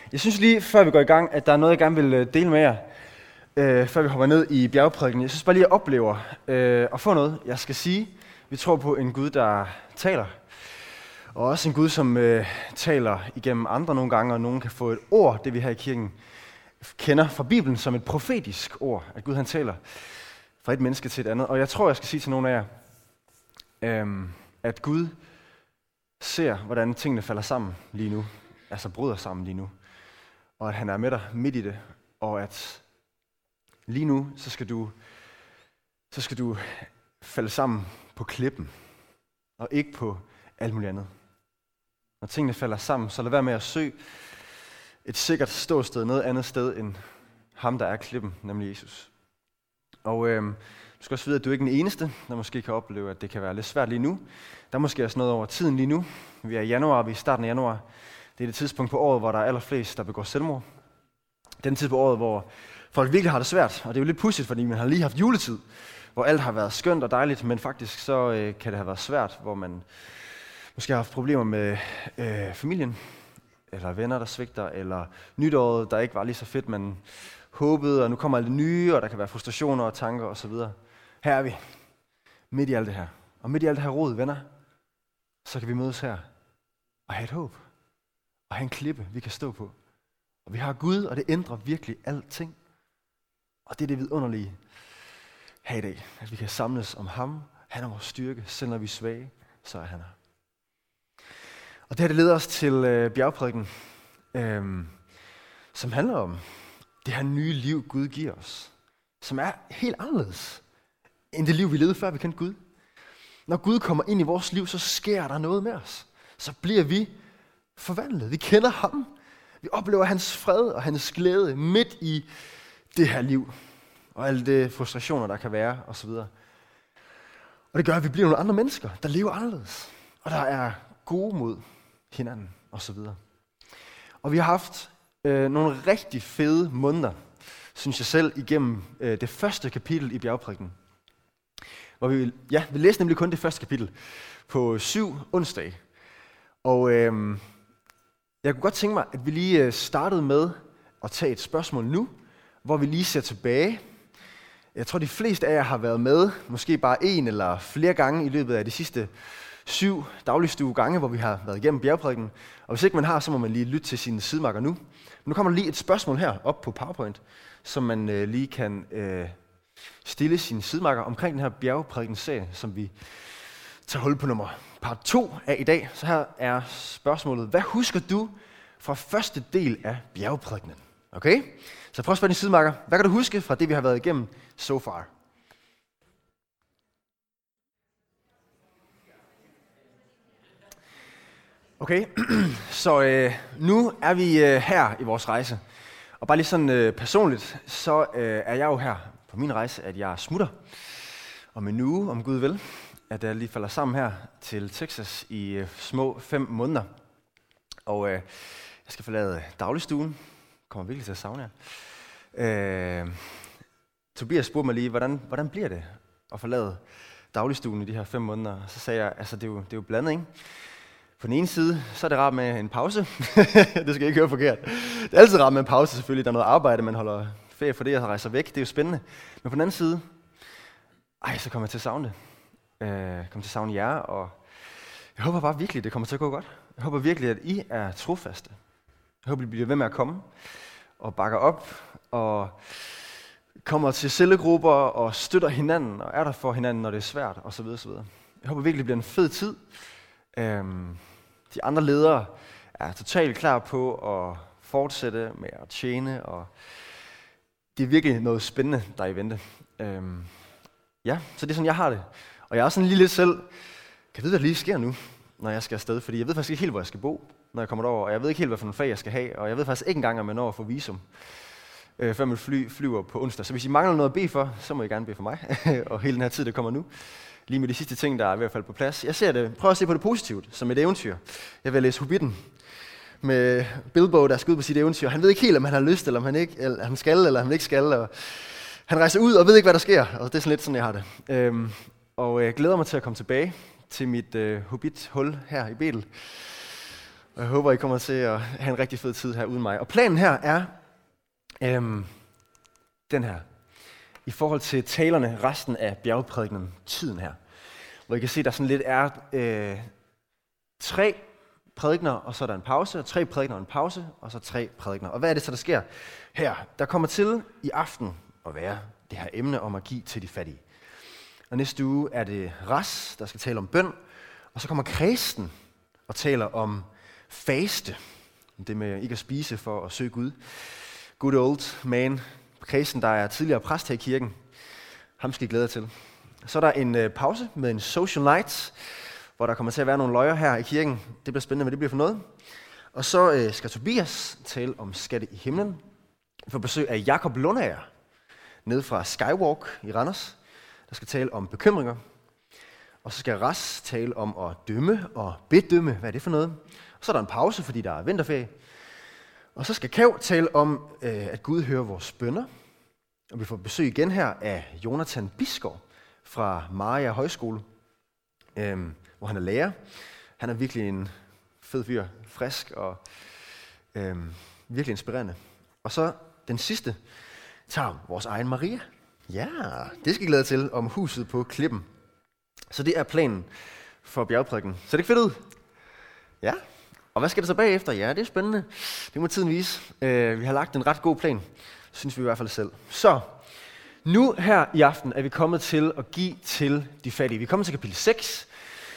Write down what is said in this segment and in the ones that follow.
Jeg synes lige, før vi går i gang, at der er noget, jeg gerne vil dele med jer, før vi hopper ned i bjergprædiken. Jeg synes bare lige, at jeg oplever at få noget, jeg skal sige. Vi tror på en Gud, der taler, og også en Gud, som taler igennem andre nogle gange, og nogen kan få et ord, det vi her i kirken kender fra Bibelen som et profetisk ord, at Gud han taler fra et menneske til et andet. Og jeg tror, jeg skal sige til nogle af jer, at Gud ser, hvordan tingene falder sammen lige nu, altså bryder sammen lige nu, og at han er med dig midt i det, og at lige nu, så skal du falde sammen på klippen, og ikke på alt muligt andet. Når tingene falder sammen, så lad være med at søge et sikkert ståsted, noget andet sted end ham, der er klippen, nemlig Jesus. Og du skal også vide, at du ikke er den eneste, der måske kan opleve, at det kan være lidt svært lige nu. Der er måske også noget over tiden lige nu. Vi er i januar, vi er i starten af januar. Det er det tidspunkt på året, hvor der er allerflest, der begår selvmord. Den tid på året, hvor folk virkelig har det svært. Og det er jo lidt pudsigt, fordi man har lige haft juletid, hvor alt har været skønt og dejligt, men faktisk så kan det have været svært, hvor man måske har haft problemer med familien, eller venner, der svigter, eller nytåret, der ikke var lige så fedt, man håbede, og nu kommer alt det nye, og der kan være frustrationer og tanker osv. Her er vi, midt i alt det her. Og midt i alt det her rod, venner, så kan vi mødes her og have et håb. Og have en klippe, vi kan stå på. Og vi har Gud, og det ændrer virkelig alting. Og det er det vidunderlige her i dag, at vi kan samles om ham. Han er vores styrke, selv når vi er svage, så er han her. Og det her det leder os til bjergprædiken, som handler om det her nye liv, Gud giver os. Som er helt anderledes end det liv, vi levede før vi kendte Gud. Når Gud kommer ind i vores liv, så sker der noget med os. Så bliver vi forvandlet. Vi kender ham. Vi oplever hans fred og hans glæde midt i det her liv. Og alle de frustrationer, der kan være osv. Og det gør, at vi bliver nogle andre mennesker, der lever anderledes. Og der er gode mod hinanden osv. Og vi har haft nogle rigtig fede måneder, synes jeg selv, igennem det første kapitel i bjergprædiken. Hvor vi læste nemlig kun det første kapitel på 7 onsdage. Og jeg kunne godt tænke mig, at vi lige startede med at tage et spørgsmål nu, hvor vi lige ser tilbage. Jeg tror, de fleste af jer har været med, måske bare en eller flere gange i løbet af de sidste 7 dagligstue gange, hvor vi har været igennem bjergprædiken. Og hvis ikke man har, så må man lige lytte til sine sidemarker nu. Men nu kommer der lige et spørgsmål her op på PowerPoint, som man lige kan stille sine sidemarker omkring den her bjergprædiken-serie, som vi tager hul på part 2 af i dag. Så her er spørgsmålet: hvad husker du fra første del af bjergprædikenen? Okay? Så prøv at spørge dine sidemarker. Hvad kan du huske fra det, vi har været igennem so far? Okay, så nu er vi her i vores rejse. Og bare lige sådan personligt, så er jeg jo her på min rejse, at jeg smutter om en uge, om Gud vil, at jeg lige falder sammen her til Texas i små 5 måneder. Og jeg skal forlade dagligstuen. Kommer virkelig til at savne jer. Tobias spurgte mig lige, hvordan bliver det at forlade dagligstuen i de her 5 måneder? Så sagde jeg, altså det er jo blandet, ikke? På den ene side, så er det rart med en pause. Det skal jeg ikke høre forkert. Det er altid rart med en pause selvfølgelig. Der er noget arbejde, man holder ferie for det, og rejser væk. Det er jo spændende. Men på den anden side, så kommer jeg til at savne det. Jeg kommer til at savne jer, og jeg håber bare virkelig, det kommer til at gå godt. Jeg håber virkelig, at I er trofaste. Jeg håber, I bliver ved med at komme og bakker op, og kommer til cellegrupper og støtter hinanden, og er der for hinanden, når det er svært, osv. osv. Jeg håber virkelig, det bliver en fed tid. De andre ledere er totalt klar på at fortsætte med at tjene, og det er virkelig noget spændende, der er i vente. Så det er sådan, jeg har det. Og jeg er også sådan lige lidt selv, kan jeg vide, hvad der lige sker nu, når jeg skal afsted? Fordi jeg ved faktisk ikke helt, hvor jeg skal bo, når jeg kommer derover, og jeg ved ikke helt, hvad for en fag jeg skal have, og jeg ved faktisk ikke engang, om jeg når at få visum, før mit fly flyver på onsdag. Så hvis I mangler noget at bede for, så må I gerne bede for mig, og hele den her tid, der kommer nu. Lige med de sidste ting, der er ved at falde på plads. Prøv at se på det positivt, som et eventyr. Jeg vil læse Hobbiten med Bilbo, der skal ud på sit eventyr. Han ved ikke helt, om han har lyst, eller om han ikke, eller han skal, eller han ikke skal. Og han rejser ud og ved ikke, hvad der sker, og det er sådan lidt sådan, jeg har det. Og jeg glæder mig til at komme tilbage til mit hobbit-hul her i Betel. Og jeg håber, I kommer til at have en rigtig fed tid her uden mig. Og planen her er den her. I forhold til talerne, resten af bjergprædikenen, tiden her. Hvor I kan se, der sådan lidt er 3 prædikener, og så er der en pause, og 3 prædikener og en pause, og så 3 prædikener. Og hvad er det så, der sker her? Der kommer til i aften at være det her emne om at give til de fattige. Og næste uge er det Ras, der skal tale om bøn, og så kommer Kristen og taler om faste. Det med ikke at spise for at søge Gud. Good old man, Kristen, der er tidligere præst her i kirken. Ham skal I glæde jer til. Så er der en pause med en social night, hvor der kommer til at være nogle løjer her i kirken. Det bliver spændende, hvad det bliver for noget. Og så skal Tobias tale om skatte i himlen. Vi får besøg af Jakob Lundager, nede fra Skywalk i Randers, der skal tale om bekymringer. Og så skal Ras tale om at dømme og bedømme. Hvad er det for noget? Og så er der en pause, fordi der er vinterferie. Og så skal Kav tale om, at Gud hører vores bønner. Og vi får besøg igen her af Jonathan Bisgaard fra Maria Højskole, hvor han er lærer. Han er virkelig en fed fyr, frisk og virkelig inspirerende. Og så den sidste tager vores egen Maria. Ja, det skal I glæde til, om huset på Klippen. Så det er planen for bjergprædiken. Så det er fedt ud? Ja. Og hvad skal der så bagefter? Ja, det er spændende. Det må tiden vise. Vi har lagt en ret god plan, synes vi i hvert fald selv. Så, nu her i aften er vi kommet til at give til de fattige. Vi er kommet til kapitel 6.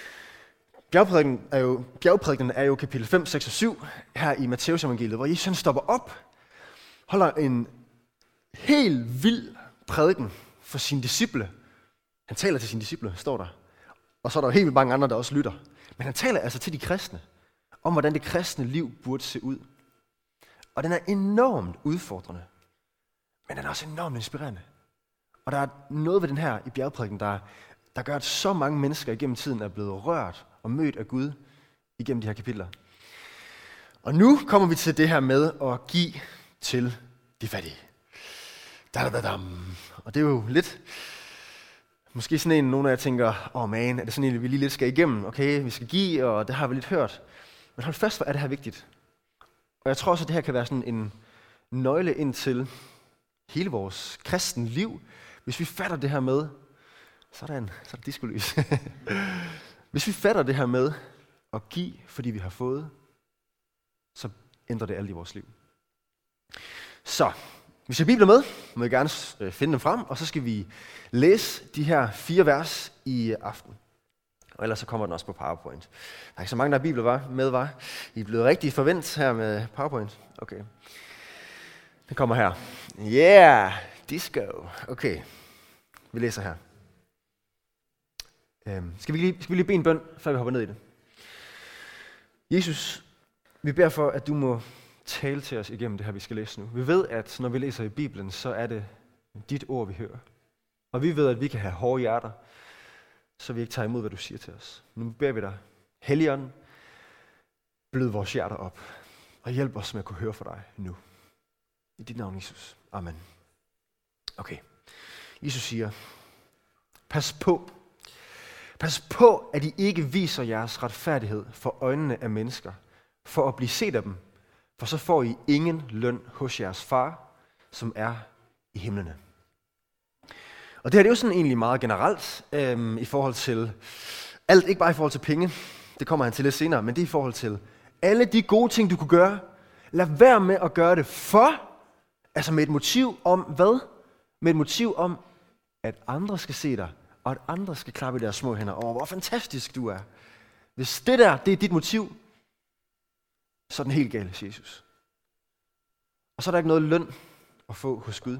Bjergprædikenen er jo kapitel 5, 6 og 7 her i Matteus evangeliet, hvor Jesus stopper op, holder en helt vild prædiken for sine disciple. Han taler til sine disciple, står der. Og så er der jo helt mange andre, der også lytter. Men han taler altså til de kristne, om hvordan det kristne liv burde se ud. Og den er enormt udfordrende, men den er også enormt inspirerende. Og der er noget ved den her i bjergprædiken, der gør, at så mange mennesker igennem tiden er blevet rørt og mødt af Gud igennem de her kapitler. Og nu kommer vi til det her med at give til de fattige. Og det er jo lidt, måske sådan en, nogle af jer tænker, man, er det sådan en, vi lige lidt skal igennem? Okay, vi skal give, og det har vi lidt hørt. Men hold fast, hvor er det her vigtigt. Og jeg tror også, at det her kan være sådan en nøgle ind til hele vores kristne liv. Hvis vi fatter det her med, så er det diskolys. Hvis vi fatter det her med at give, fordi vi har fået, så ændrer det alt i vores liv. Så, hvis jeg har Bibelen med, må jeg gerne finde dem frem, og så skal vi læse de her 4 vers i aften. Og ellers så kommer den også på PowerPoint. Der er ikke så mange, der har Bibelen med, var. I er blevet rigtig forventet her med PowerPoint. Okay. Den kommer her. Yeah, disco. Okay, vi læser her. Skal vi lige bede en bøn, før vi hopper ned i det? Jesus, vi beder for, at du må tale til os igennem det her, vi skal læse nu. Vi ved, at når vi læser i Bibelen, så er det dit ord, vi hører. Og vi ved, at vi kan have hårde hjerter, så vi ikke tager imod, hvad du siger til os. Nu beder vi dig, Helligånden, blød vores hjerter op, og hjælp os med at kunne høre fra dig nu. I dit navn, Jesus. Amen. Okay. Jesus siger, pas på. Pas på, at I ikke viser jeres retfærdighed for øjnene af mennesker, for at blive set af dem, for så får I ingen løn hos jeres far, som er i himlene. Og det her det er jo sådan egentlig meget generelt i forhold til alt, ikke bare i forhold til penge, det kommer han til lidt senere, men det er i forhold til alle de gode ting, du kunne gøre. Lad være med at gøre det altså med et motiv om hvad? Med et motiv om, at andre skal se dig, og at andre skal klappe i deres små hænder. Hvor fantastisk du er. Hvis det der, det er dit motiv, så er den helt gal, siger Jesus. Og så er der ikke noget løn at få hos Gud.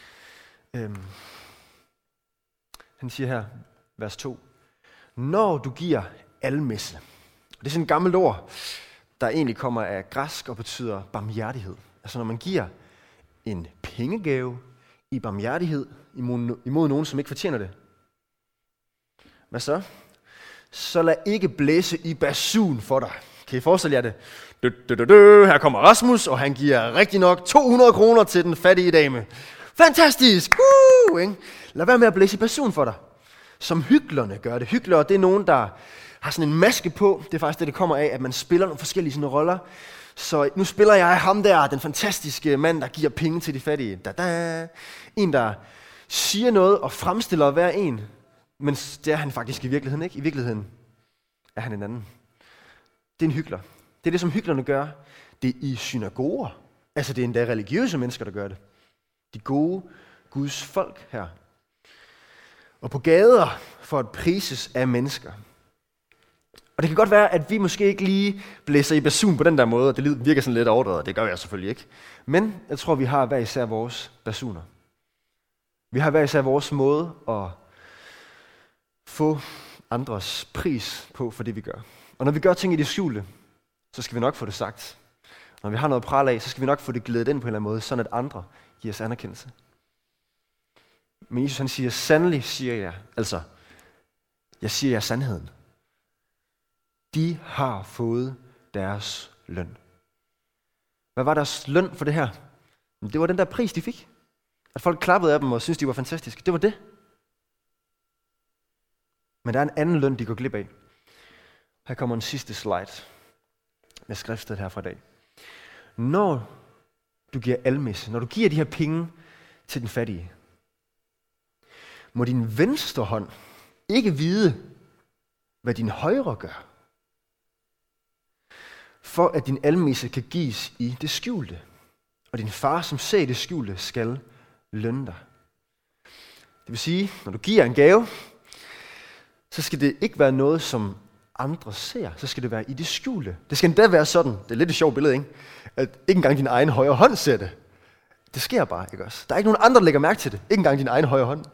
Han siger her, vers 2. Når du giver almisse. Det er sådan et gammelt ord, der egentlig kommer af græsk og betyder barmhjertighed. Altså når man giver en pengegave i barmhjertighed imod nogen, som ikke fortjener det. Hvad så? Så lad ikke blæse i basun for dig. Kan I forestille jer det? Her kommer Rasmus, og han giver rigtig nok 200 kroner til den fattige dame. Fantastisk! Ikke? Lad være med at blæse i basun for dig. Som hyklerne gør det. Hyklere, det er nogen, der har sådan en maske på. Det er faktisk det kommer af, at man spiller nogle forskellige sådan roller. Så nu spiller jeg ham der, den fantastiske mand, der giver penge til de fattige. Da-da. En, der siger noget og fremstiller hver en, men det er han faktisk i virkeligheden ikke. I virkeligheden er han en anden. Det er en hykler. Det er det, som hyklerne gør. Det er i synagoger. Altså det er endda religiøse mennesker, der gør det. De gode Guds folk her. Og på gader for at prises af mennesker. Og det kan godt være, at vi måske ikke lige blæser i basun på den der måde, og det virker sådan lidt overdrevet, det gør jeg selvfølgelig ikke. Men jeg tror, vi har hver især vores basuner. Vi har hver især vores måde at få andres pris på for det, vi gør. Og når vi gør ting i det skjulte, så skal vi nok få det sagt. Når vi har noget at prale af, så skal vi nok få det glædet ind på en eller anden måde, sådan at andre giver os anerkendelse. Men Jesus han siger, sandelig siger jeg, altså, jeg siger jer sandheden. De har fået deres løn. Hvad var deres løn for det her? Det var den der pris, de fik. At folk klappede af dem og syntes, de var fantastiske. Det var det. Men der er en anden løn, de går glip af. Her kommer en sidste slide med skriftet her fra i dag. Når du giver almisse, når du giver de her penge til den fattige, må din venstre hånd ikke vide, hvad din højre gør, for at din almisse kan gives i det skjulte, og din far, som ser i det skjulte, skal lønne dig. Det vil sige, når du giver en gave, så skal det ikke være noget, som andre ser, så skal det være i det skjulte. Det skal endda være sådan, det er lidt et sjovt billede, ikke? At ikke engang din egen højre hånd ser det. Det sker bare, ikke også? Der er ikke nogen andre, der lægger mærke til det. Ikke engang din egen højre hånd.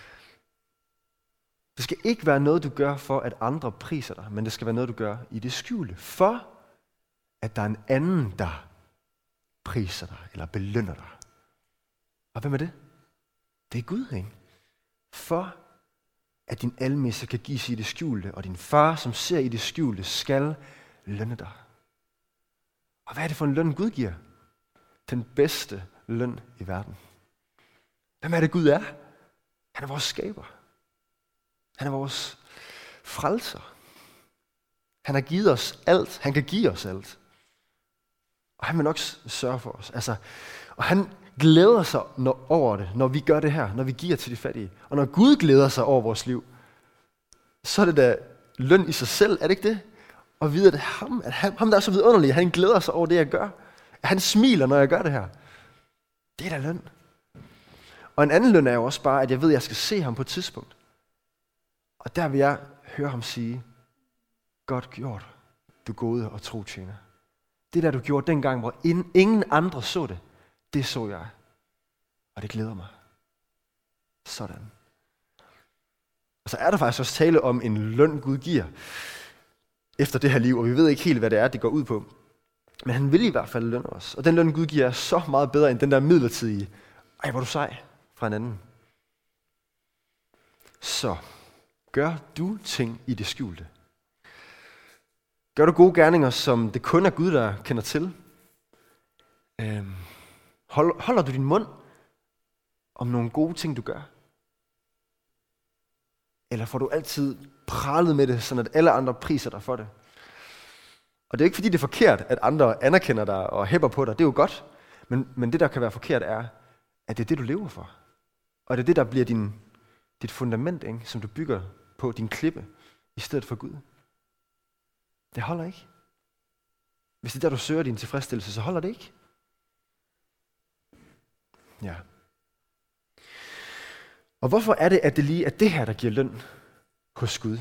Det skal ikke være noget, du gør for, at andre priser dig, men det skal være noget, du gør i det skjulte, for at der er en anden, der priser dig, eller belønner dig. Og hvem er det? Det er Gud, ikke? For at din almisse kan gives i det skjulte, og din far, som ser i det skjulte, skal lønne dig. Og hvad er det for en løn, Gud giver? Den bedste løn i verden. Hvem er det, Gud er? Han er vores skaber. Han er vores frelser. Han har givet os alt. Han kan give os alt. Og han vil nok sørge for os. Altså, og han glæder sig over det, når vi gør det her, når vi giver til de fattige. Og når Gud glæder sig over vores liv, så er det da løn i sig selv, er det ikke det? Og vide, at ham der er så vidunderlig, han glæder sig over det, jeg gør. Han smiler, når jeg gør det her. Det er da løn. Og en anden løn er jo også bare, at jeg ved, at jeg skal se ham på et tidspunkt. Og der vil jeg høre ham sige, godt gjort, du gode og tro tjener. Det der, du gjorde dengang, hvor ingen andre så det, det så jeg. Og det glæder mig. Sådan. Og så er der faktisk også tale om en løn, Gud giver efter det her liv, og vi ved ikke helt, hvad det er, det går ud på. Men han vil i hvert fald lønne os. Og den løn, Gud giver, er så meget bedre end den der midlertidige, ej, hvor du sej, fra en anden. Så gør du ting i det skjulte. Gør du gode gerninger, som det kun er Gud, der kender til. Holder du din mund om nogle gode ting, du gør? Eller får du altid pralet med det, sådan at alle andre priser dig for det? Og det er ikke fordi, det er forkert, at andre anerkender dig og hæpper på dig. Det er jo godt. Men det, der kan være forkert, er, at det er det, du lever for. Og det er det, der bliver dit fundament, ikke? Som du bygger på, din klippe, i stedet for Gud. Det holder ikke. Hvis det er der, du søger din tilfredsstillelse, så holder det ikke. Ja. Og hvorfor er det, at det lige er det her, der giver løn hos Gud?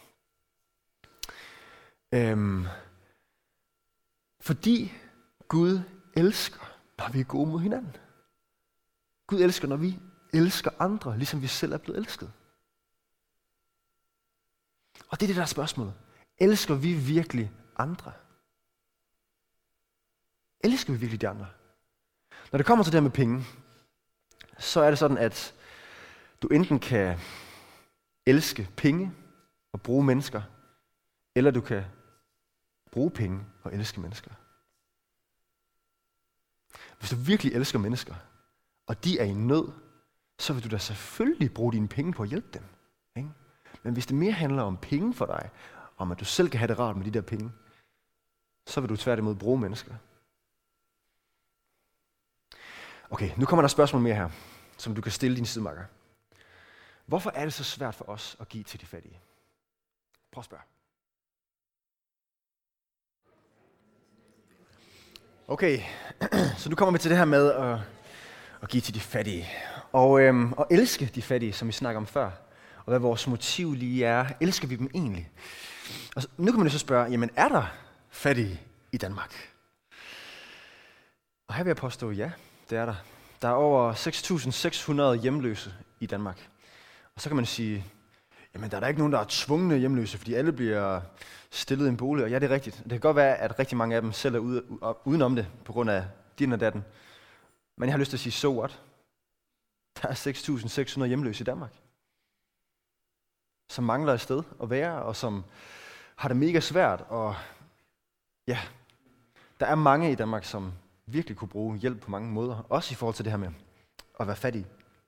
Fordi Gud elsker, når vi er gode mod hinanden. Gud elsker, når vi elsker andre, ligesom vi selv er blevet elsket. Og det er det, der er spørgsmålet. Elsker vi virkelig andre? Elsker vi virkelig de andre? Når det kommer til det her med penge, så er det sådan, at du enten kan elske penge og bruge mennesker, eller du kan bruge penge og elske mennesker. Hvis du virkelig elsker mennesker, og de er i nød, så vil du da selvfølgelig bruge dine penge på at hjælpe dem. Ikke? Men hvis det mere handler om penge for dig, om at du selv kan have det rart med de der penge, så vil du tværtimod bruge mennesker. Okay, nu kommer der et spørgsmål mere her, som du kan stille din sidemakker. Hvorfor er det så svært for os at give til de fattige? Prøv at spørge. Okay, så nu kommer vi til det her med at give til de fattige. Og elske de fattige, som vi snakker om før. Og hvad vores motiv lige er. Elsker vi dem egentlig? Og nu kan man jo så spørge, jamen er der fattige i Danmark? Og her vil jeg påstå, ja, det er der. Der er over 6.600 hjemløse i Danmark. Og så kan man sige, jamen der er der ikke nogen, der er tvungne hjemløse, fordi alle bliver stillet i en bolig. Og ja, det er rigtigt. Det kan godt være, at rigtig mange af dem selv er udenom det, på grund af din og datten. Men jeg har lyst til at sige, so what? Der er 6.600 hjemløse i Danmark, som mangler et sted at være, og som har det mega svært. Og ja, der er mange i Danmark, som virkelig kunne bruge hjælp på mange måder. Også i forhold til det her med at være fattig.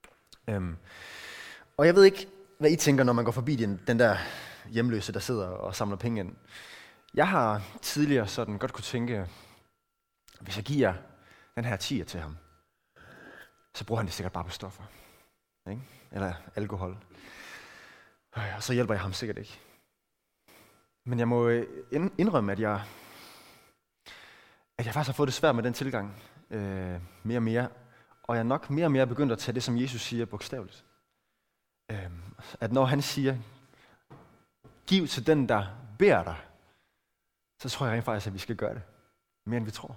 Og jeg ved ikke, hvad I tænker, når man går forbi den der hjemløse, der sidder og samler penge ind. Jeg har tidligere sådan godt kunne tænke, hvis jeg giver den her 10'er til ham, så bruger han det sikkert bare på stoffer. Ikke? Eller alkohol. Og så hjælper jeg ham sikkert ikke. Men jeg må indrømme, at jeg faktisk har fået det svært med den tilgang. Mere og mere. Og jeg er nok mere og mere begyndt at tage det, som Jesus siger, bogstaveligt. At når han siger, giv til den, der beder dig, så tror jeg rent faktisk, at vi skal gøre det. Mere end vi tror.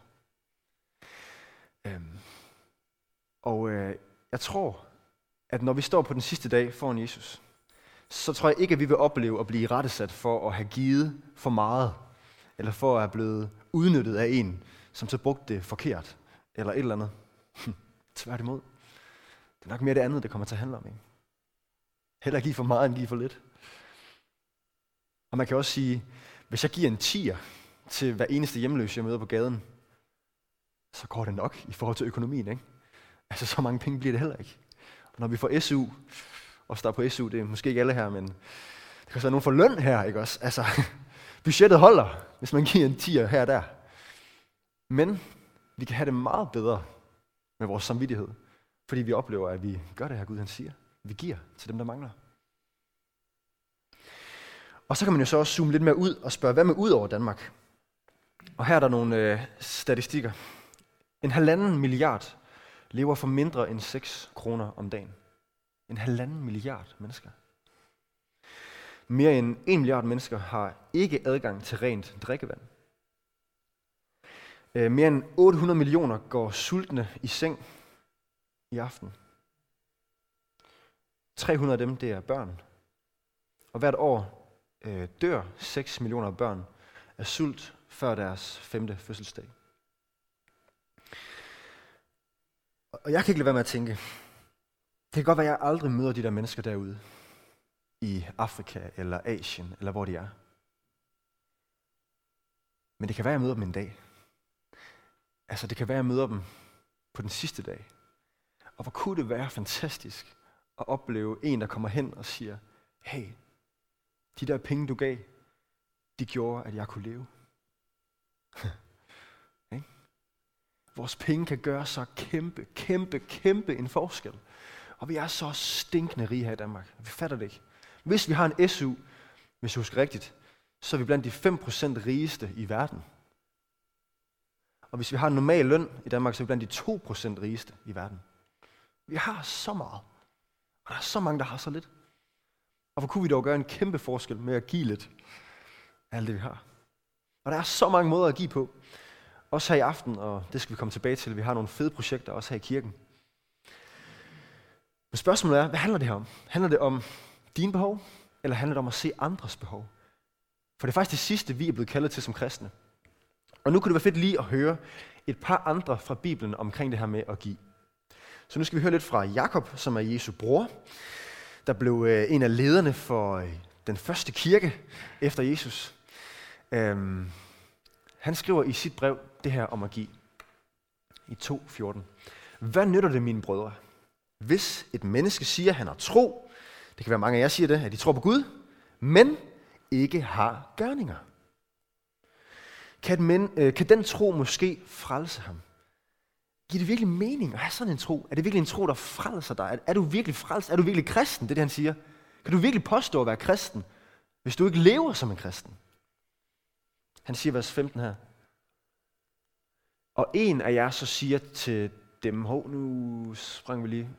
Jeg tror, at når vi står på den sidste dag foran Jesus, så tror jeg ikke, at vi vil opleve at blive irettesat for at have givet for meget, eller for at have blevet udnyttet af en, som så brugte det forkert, eller et eller andet. Tværtimod. Det er nok mere det andet, det kommer til at handle om. Ikke? Hellere give for meget, end give for lidt. Og man kan også sige, hvis jeg giver en 10'er til hver eneste hjemløse, jeg møder på gaden, så går det nok i forhold til økonomien, ikke? Altså, så mange penge bliver det heller ikke. Og når vi får SU, og der på SU, det er måske ikke alle her, men det kan også være nogen for løn her, ikke også? Altså, budgettet holder, hvis man giver en 10'er her og der. Men vi kan have det meget bedre med vores samvittighed, fordi vi oplever, at vi gør det her, Gud han siger. Vi giver til dem, der mangler. Og så kan man jo så også zoome lidt mere ud og spørge, hvad med ud over Danmark? Og her er der nogle statistikker. 1,5 milliard lever for mindre end 6 kroner om dagen. 1,5 milliard mennesker. Mere end 1 milliard mennesker har ikke adgang til rent drikkevand. Mere end 800 millioner går sultne i seng i aften. 300 af dem, det er børn. Og hvert år dør 6 millioner børn af sult før deres 5. fødselsdag. Og jeg kan ikke lade være med at tænke, det kan godt være, at jeg aldrig møder de der mennesker derude i Afrika eller Asien, eller hvor de er. Men det kan være, at jeg møder dem en dag. Altså, det kan være, at jeg møder dem på den sidste dag. Og hvor kunne det være fantastisk at opleve en, der kommer hen og siger, hey, de der penge, du gav, de gjorde, at jeg kunne leve. Vores penge kan gøre så kæmpe en forskel. Og vi er så stinkende rige her i Danmark. Vi fatter det ikke. Hvis vi har en SU, hvis jeg husker rigtigt, så er vi blandt de 5% rigeste i verden. Og hvis vi har en normal løn i Danmark, så er vi blandt de 2% rigeste i verden. Vi har så meget. Og der er så mange, der har så lidt. Og hvor kunne vi dog gøre en kæmpe forskel med at give lidt af alt det, vi har. Og der er så mange måder at give på. Også her i aften, og det skal vi komme tilbage til. Vi har nogle fede projekter også her i kirken. Men spørgsmålet er, hvad handler det her om? Handler det om dine behov, eller handler det om at se andres behov? For det er faktisk det sidste, vi er blevet kaldet til som kristne. Og nu kunne det være fedt lige at høre et par andre fra Bibelen omkring det her med at give. Så nu skal vi høre lidt fra Jakob, som er Jesu bror, der blev en af lederne for den første kirke efter Jesus. Han skriver i sit brev det her om at give i 2:14. Hvad nytter det, mine brødre, hvis et menneske siger, at han har tro, det kan være mange af jer siger det, at de tror på Gud, men ikke har gerninger? Kan den tro måske frelse ham? Giver det virkelig mening at have sådan en tro? Er det virkelig en tro, der frelser dig? Er du virkelig frelst? Er du virkelig kristen? Det er det, han siger. Kan du virkelig påstå at være kristen, hvis du ikke lever som en kristen? Han siger vers 15 her. Og en af jer så siger til dem, nu sprang vi lige.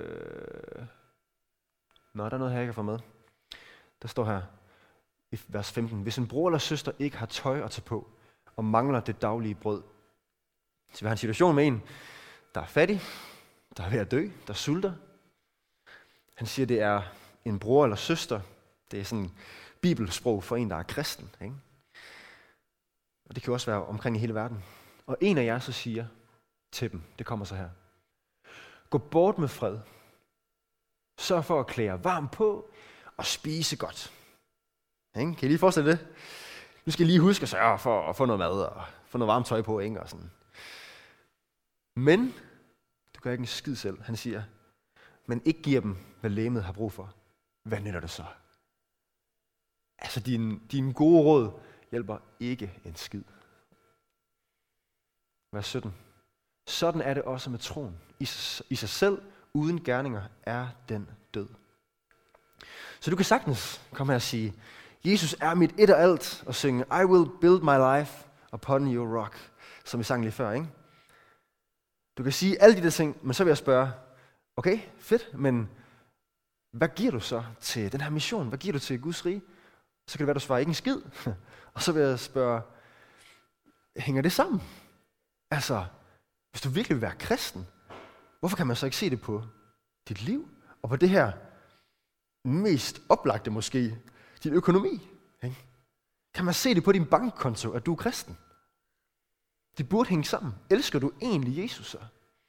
Der er noget her, jeg kan få med. Der står her i vers 15. Hvis en bror eller søster ikke har tøj at tage på, og mangler det daglige brød, så vi har en situation med en, der er fattig, der er ved at dø, der sulter. Han siger, det er en bror eller søster. Det er sådan bibelsprog for en, der er kristen. Ikke? Og det kan også være omkring i hele verden. Og en af jer så siger til dem, det kommer så her. Gå bort med fred. Sørg for at klæde jer varmt på og spise godt. Ikke? Kan I lige forestille det? Nu skal I lige huske at sørge for at få noget mad og få noget varmt tøj på. Ikke? Og sådan. Men, du gør ikke en skid selv. Han siger, men ikke giver dem, hvad legemet har brug for. Hvad nytter det så? Altså, dine gode råd hjælper ikke en skid. Vers 17. Sådan er det også med troen. I sig selv, uden gerninger, er den død. Så du kan sagtens komme her og sige, Jesus er mit et og alt, og synge, I will build my life upon your rock, som vi sang lige før, ikke? Du kan sige alle de der ting, men så vil jeg spørge, okay, fedt, men hvad giver du så til den her mission? Hvad giver du til Guds rige? Så kan det være, du svarer ikke en skid. Og så vil jeg spørge, hænger det sammen? Altså, hvis du virkelig vil være kristen, hvorfor kan man så ikke se det på dit liv? Og på det her mest oplagte måske, din økonomi? Ikke? Kan man se det på din bankkonto, at du er kristen? Det burde hænge sammen. Elsker du egentlig Jesus så?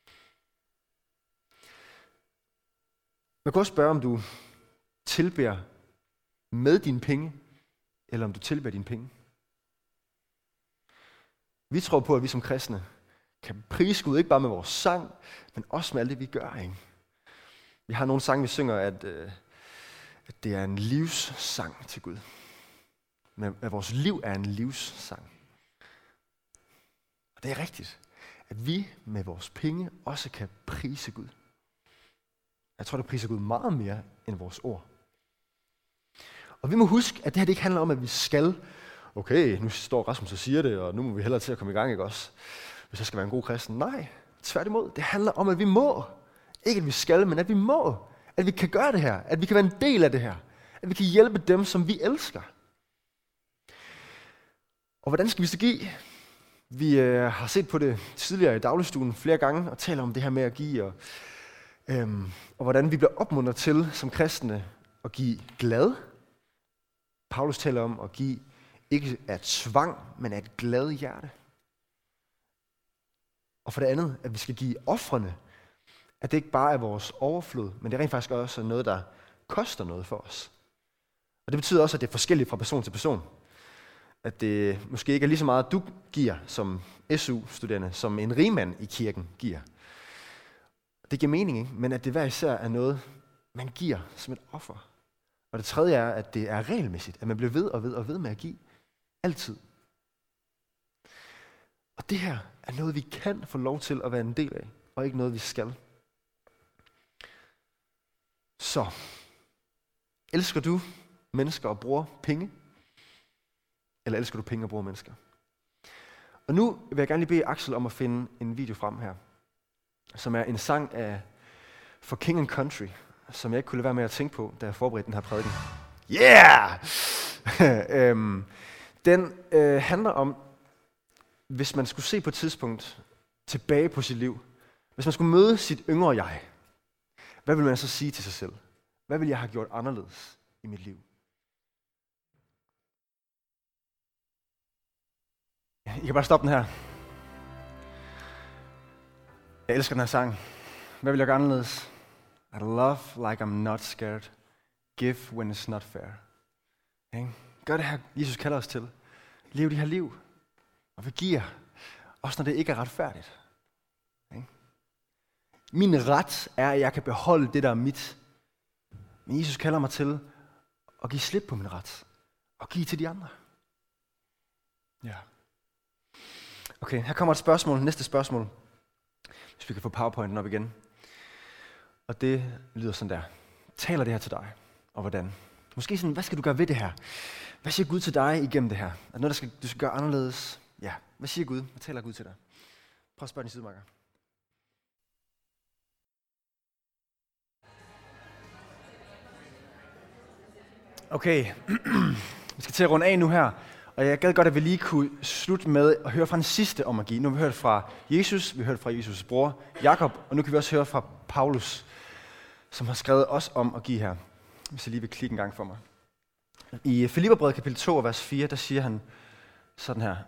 Man kan også spørge, om du tilbeder med dine penge, eller om du tilbeder dine penge. Vi tror på, at vi som kristne kan prise Gud, ikke bare med vores sang, men også med alt det, vi gør. Ikke? Vi har nogle sange, vi synger, at det er en livssang til Gud. At vores liv er en livssang. Og det er rigtigt, at vi med vores penge også kan prise Gud. Jeg tror, det priser Gud meget mere end vores ord. Og vi må huske, at det her det ikke handler om, at vi skal, okay, nu står Rasmus og siger det, og nu må vi hellere til at komme i gang, ikke også? Hvis jeg skal være en god kristen. Nej, tværtimod. Det handler om, at vi må. Ikke at vi skal, men at vi må. At vi kan gøre det her. At vi kan være en del af det her. At vi kan hjælpe dem, som vi elsker. Og hvordan skal vi så give? Vi har set på det tidligere i dagligstuen flere gange, og taler om det her med at give, og hvordan vi bliver opmuntret til som kristne at give glad. Paulus taler om at give ikke af tvang, men af et glad hjerte. Og for det andet, at vi skal give ofrene, at det ikke bare er vores overflod, men det er rent faktisk også noget, der koster noget for os. Og det betyder også, at det er forskelligt fra person til person. At det måske ikke er lige så meget, du giver som SU-studerende, som en rigmand i kirken giver. Det giver mening, ikke? Men at det hver især er noget, man giver som et offer. Og det tredje er, at det er regelmæssigt, at man bliver ved og ved og ved med at give. Altid. Og det her er noget, vi kan få lov til at være en del af, og ikke noget, vi skal. Så, elsker du mennesker og bruger penge? Eller elsker du penge og bruger mennesker? Og nu vil jeg gerne lige bede Axel om at finde en video frem her, som er en sang af For King and Country, som jeg ikke kunne lade være med at tænke på, da jeg forberedte den her prædiken. Yeah! Den handler om, hvis man skulle se på et tidspunkt tilbage på sit liv, hvis man skulle møde sit yngre jeg, hvad vil man så sige til sig selv? Hvad vil jeg have gjort anderledes i mit liv? I kan bare stoppe den her. Jeg elsker den her sang. Hvad vil jeg gøre anderledes? I love like I'm not scared. Give when it's not fair. Gør det her, Jesus kalder os til. Lev det her liv. Og vi giver. Også når det ikke er retfærdigt. Min ret er, at jeg kan beholde det, der er mit. Men Jesus kalder mig til at give slip på min ret. og give til de andre. Ja. Okay, her kommer et spørgsmål. Næste spørgsmål. Hvis vi kan få PowerPointen op igen. Og det lyder sådan der. Taler det her til dig? Og hvordan? Måske sådan, hvad skal du gøre ved det her? Hvad siger Gud til dig igennem det her? Er der noget, du skal gøre anderledes? Ja. Hvad siger Gud? Hvad taler Gud til dig? Prøv at spørge din sidemarker. Okay, vi skal til at runde af nu her. Og jeg gad godt, at vi lige kunne slutte med at høre fra den sidste om at give. Nu har vi hørt fra Jesus, vi har hørt fra Jesus' bror Jakob, og nu kan vi også høre fra Paulus, som har skrevet os om at give her. Hvis jeg lige vil klikke en gang for mig. I Filipperbrevet kapitel 2, vers 4, der siger han sådan her.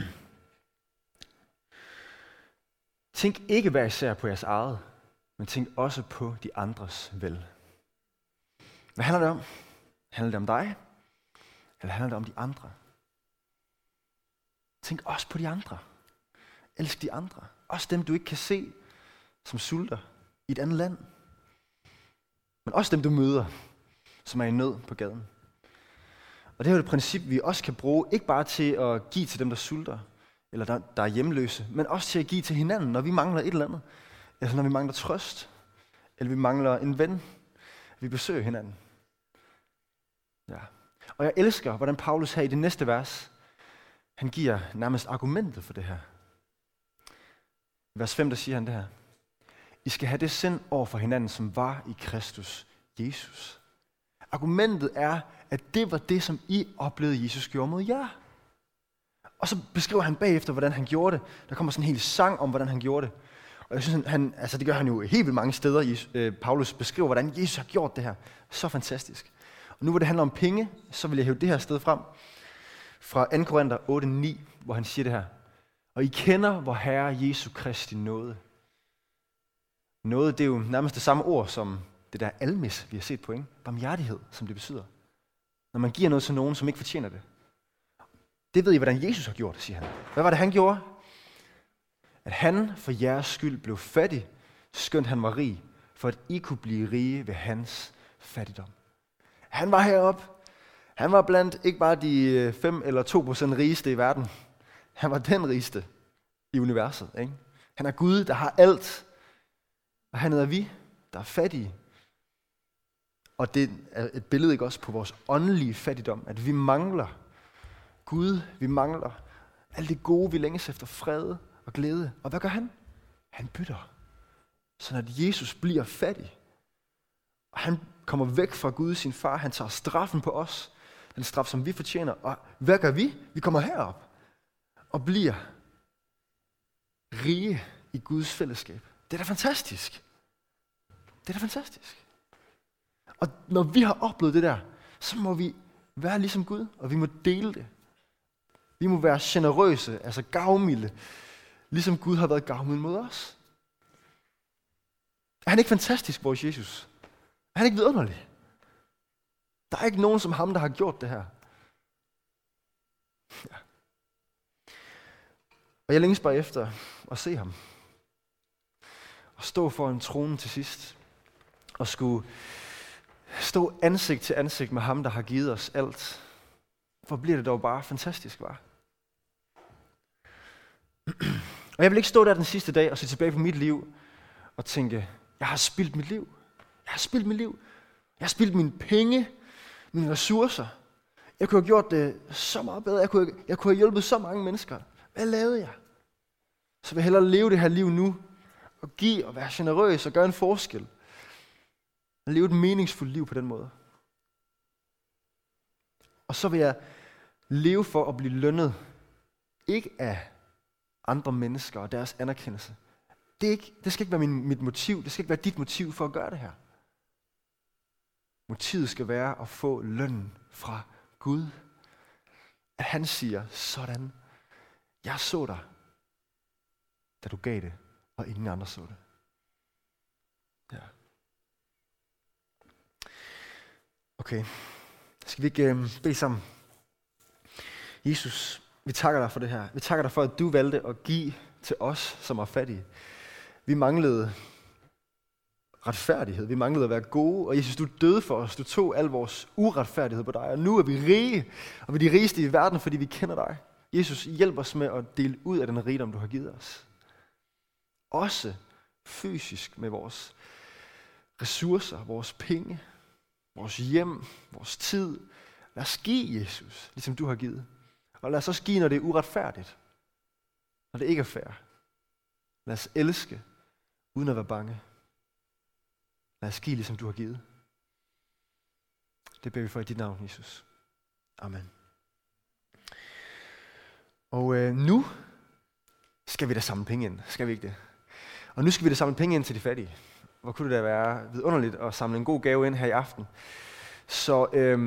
Tænk ikke hver især på jeres eget, men tænk også på de andres vel. Hvad handler det om? Handler det om dig? Eller handler det om de andre? Tænk også på de andre. Elsk de andre. Også dem, du ikke kan se, som sulter i et andet land. Men også dem, du møder, som er i nød på gaden. Og det er jo et princip, vi også kan bruge, ikke bare til at give til dem, der sulter, eller der er hjemløse, men også til at give til hinanden, når vi mangler et eller andet. Eller når vi mangler trøst, eller vi mangler en ven. Vi besøger hinanden. Ja. Og jeg elsker, hvordan Paulus her i det næste vers, han giver nærmest argumentet for det her. I vers 5, der siger han det her. I skal have det sind over for hinanden, som var i Kristus Jesus. Argumentet er, at det var det, som I oplevede, Jesus gjorde mod jer. Og så beskriver han bagefter, hvordan han gjorde det. Der kommer sådan en hel sang om, hvordan han gjorde det. Og jeg synes, det gør han jo helt vildt mange steder. Paulus beskriver, hvordan Jesus har gjort det her. Så fantastisk. Og nu hvor det handler om penge, så vil jeg hæve det her sted frem. Fra 2. Korinther 8:9, hvor han siger det her. Og I kender vor Herre Jesu Kristi nåde. Nåde, det er jo nærmest det samme ord som det der almis, vi har set på, ikke? Barmhjertighed, som det betyder. Når man giver noget til nogen, som ikke fortjener det. Det ved I, hvordan Jesus har gjort, siger han. Hvad var det, han gjorde? At han for jeres skyld blev fattig, skønt han var rig, for at I kunne blive rige ved hans fattigdom. Han var heroppe. Han var blandt ikke bare de 5 eller 2% rigeste i verden. Han var den rigeste i universet. Ikke? Han er Gud, der har alt. Og han er vi, der er fattige. Og det er et billede ikke også på vores åndelige fattigdom, at vi mangler Gud, vi mangler alt det gode, vi længes efter, fred og glæde. Og hvad gør han? Han bytter. Så at Jesus bliver fattig. Og han kommer væk fra Gud, sin far. Han tager straffen på os. Den straf, som vi fortjener. Og hvad gør vi? Vi kommer herop og bliver rige i Guds fællesskab. Det er da fantastisk. Det er da fantastisk. Og når vi har oplevet det der, så må vi være ligesom Gud, og vi må dele det. Vi må være generøse, altså gavmilde, ligesom Gud har været gavmild mod os. Er han ikke fantastisk, vores Jesus? Er han ikke vidunderlig? Der er ikke nogen som ham, der har gjort det her. Ja. Og jeg længes bare efter at se ham. Og stå foran tronen til sidst. Og skulle stå ansigt til ansigt med ham, der har givet os alt. For bliver det dog bare fantastisk, hva'? Og jeg vil ikke stå der den sidste dag og se tilbage på mit liv og tænke, jeg har spildt mit liv. Jeg har spildt mit liv. Jeg har spildt mine penge, mine ressourcer. Jeg kunne have gjort det så meget bedre. Jeg kunne have hjulpet så mange mennesker. Hvad lavede jeg? Så vil jeg hellere leve det her liv nu og give og være generøs og gøre en forskel. Og leve et meningsfuldt liv på den måde. Og så vil jeg leve for at blive lønnet. Ikke af andre mennesker og deres anerkendelse. Det skal ikke være mit motiv. Det skal ikke være dit motiv for at gøre det her. Motivet skal være at få lønnen fra Gud. At han siger, sådan, jeg så dig, da du gav det, og ingen andre så det. Ja. Okay, skal vi ikke bede sammen? Jesus, vi takker dig for det her. Vi takker dig for, at du valgte at give til os, som er fattige. Vi manglede retfærdighed. Vi manglede at være gode, og Jesus, du døde for os. Du tog al vores uretfærdighed på dig, og nu er vi rige, og vi er de rigeste i verden, fordi vi kender dig. Jesus, hjælp os med at dele ud af den rigdom, du har givet os. Også fysisk med vores ressourcer, vores penge, vores hjem, vores tid. Lad os give, Jesus, ligesom du har givet. Og lad os også give, når det er uretfærdigt. Når det ikke er fair. Lad os elske, uden at være bange. Lad os give, ligesom du har givet. Det beder vi for i dit navn, Jesus. Amen. Og nu skal vi da samle penge ind. Skal vi ikke det? Og nu skal vi da samle penge ind til de fattige. Hvor kunne det da være vidunderligt at samle en god gave ind her i aften. Så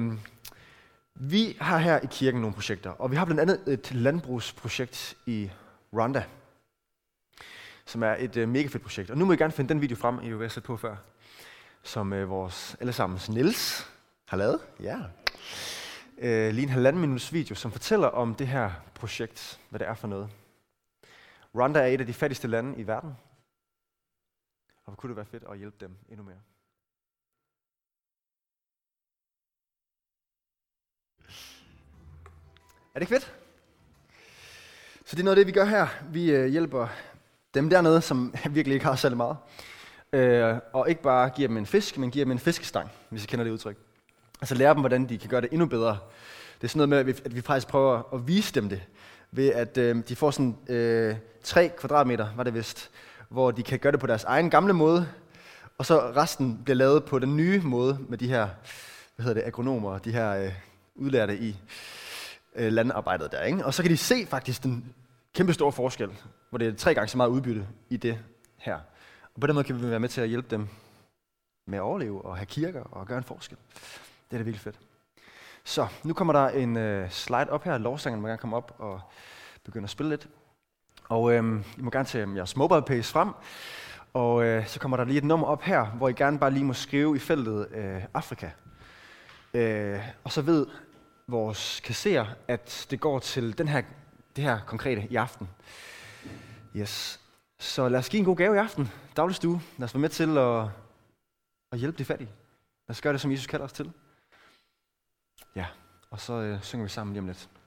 vi har her i kirken nogle projekter. Og vi har blandt andet et landbrugsprojekt i Rwanda. Som er et mega fedt projekt. Og nu må I gerne finde den video frem, I jo har sat på før. Som vores allesammens Niels har lavet. Ja. Lige en 1,5 minuts video, som fortæller om det her projekt, hvad det er for noget. Rwanda er et af de fattigste lande i verden. Og hvor kunne det være fedt at hjælpe dem endnu mere. Er det ikke fedt? Så det er noget af det, vi gør her. Vi hjælper dem dernede, som virkelig ikke har særlig meget. Og ikke bare giver dem en fisk, men giver dem en fiskestang, hvis I kender det udtryk. Altså lære dem, hvordan de kan gøre det endnu bedre. Det er sådan noget med, at vi faktisk prøver at vise dem det. Ved at de får sådan 3 kvadratmeter, var det vist, hvor de kan gøre det på deres egen gamle måde. Og så resten bliver lavet på den nye måde med de her, agronomer, de her udlærte i landarbejdet der. Ikke? Og så kan de se faktisk den kæmpe store forskel, hvor det er 3 gange så meget udbytte i det her. Og på den måde kan vi være med til at hjælpe dem med at overleve og have kirker og gøre en forskel. Det er da virkelig fedt. Så, nu kommer der en slide op her. Lovsangeren må gerne komme op og begynde at spille lidt. Og I må gerne tage jeres mobile page frem. Og så kommer der lige et nummer op her, hvor I gerne bare lige må skrive i feltet Afrika. Og så ved vores kasserer, at det går til det her konkrete i aften. Yes. Så lad os give en god gave i aften. Dagligstue. Lad os være med til at hjælpe de fattige. Lad os gøre det, som Jesus kalder os til. Ja, og så synger vi sammen lige om lidt.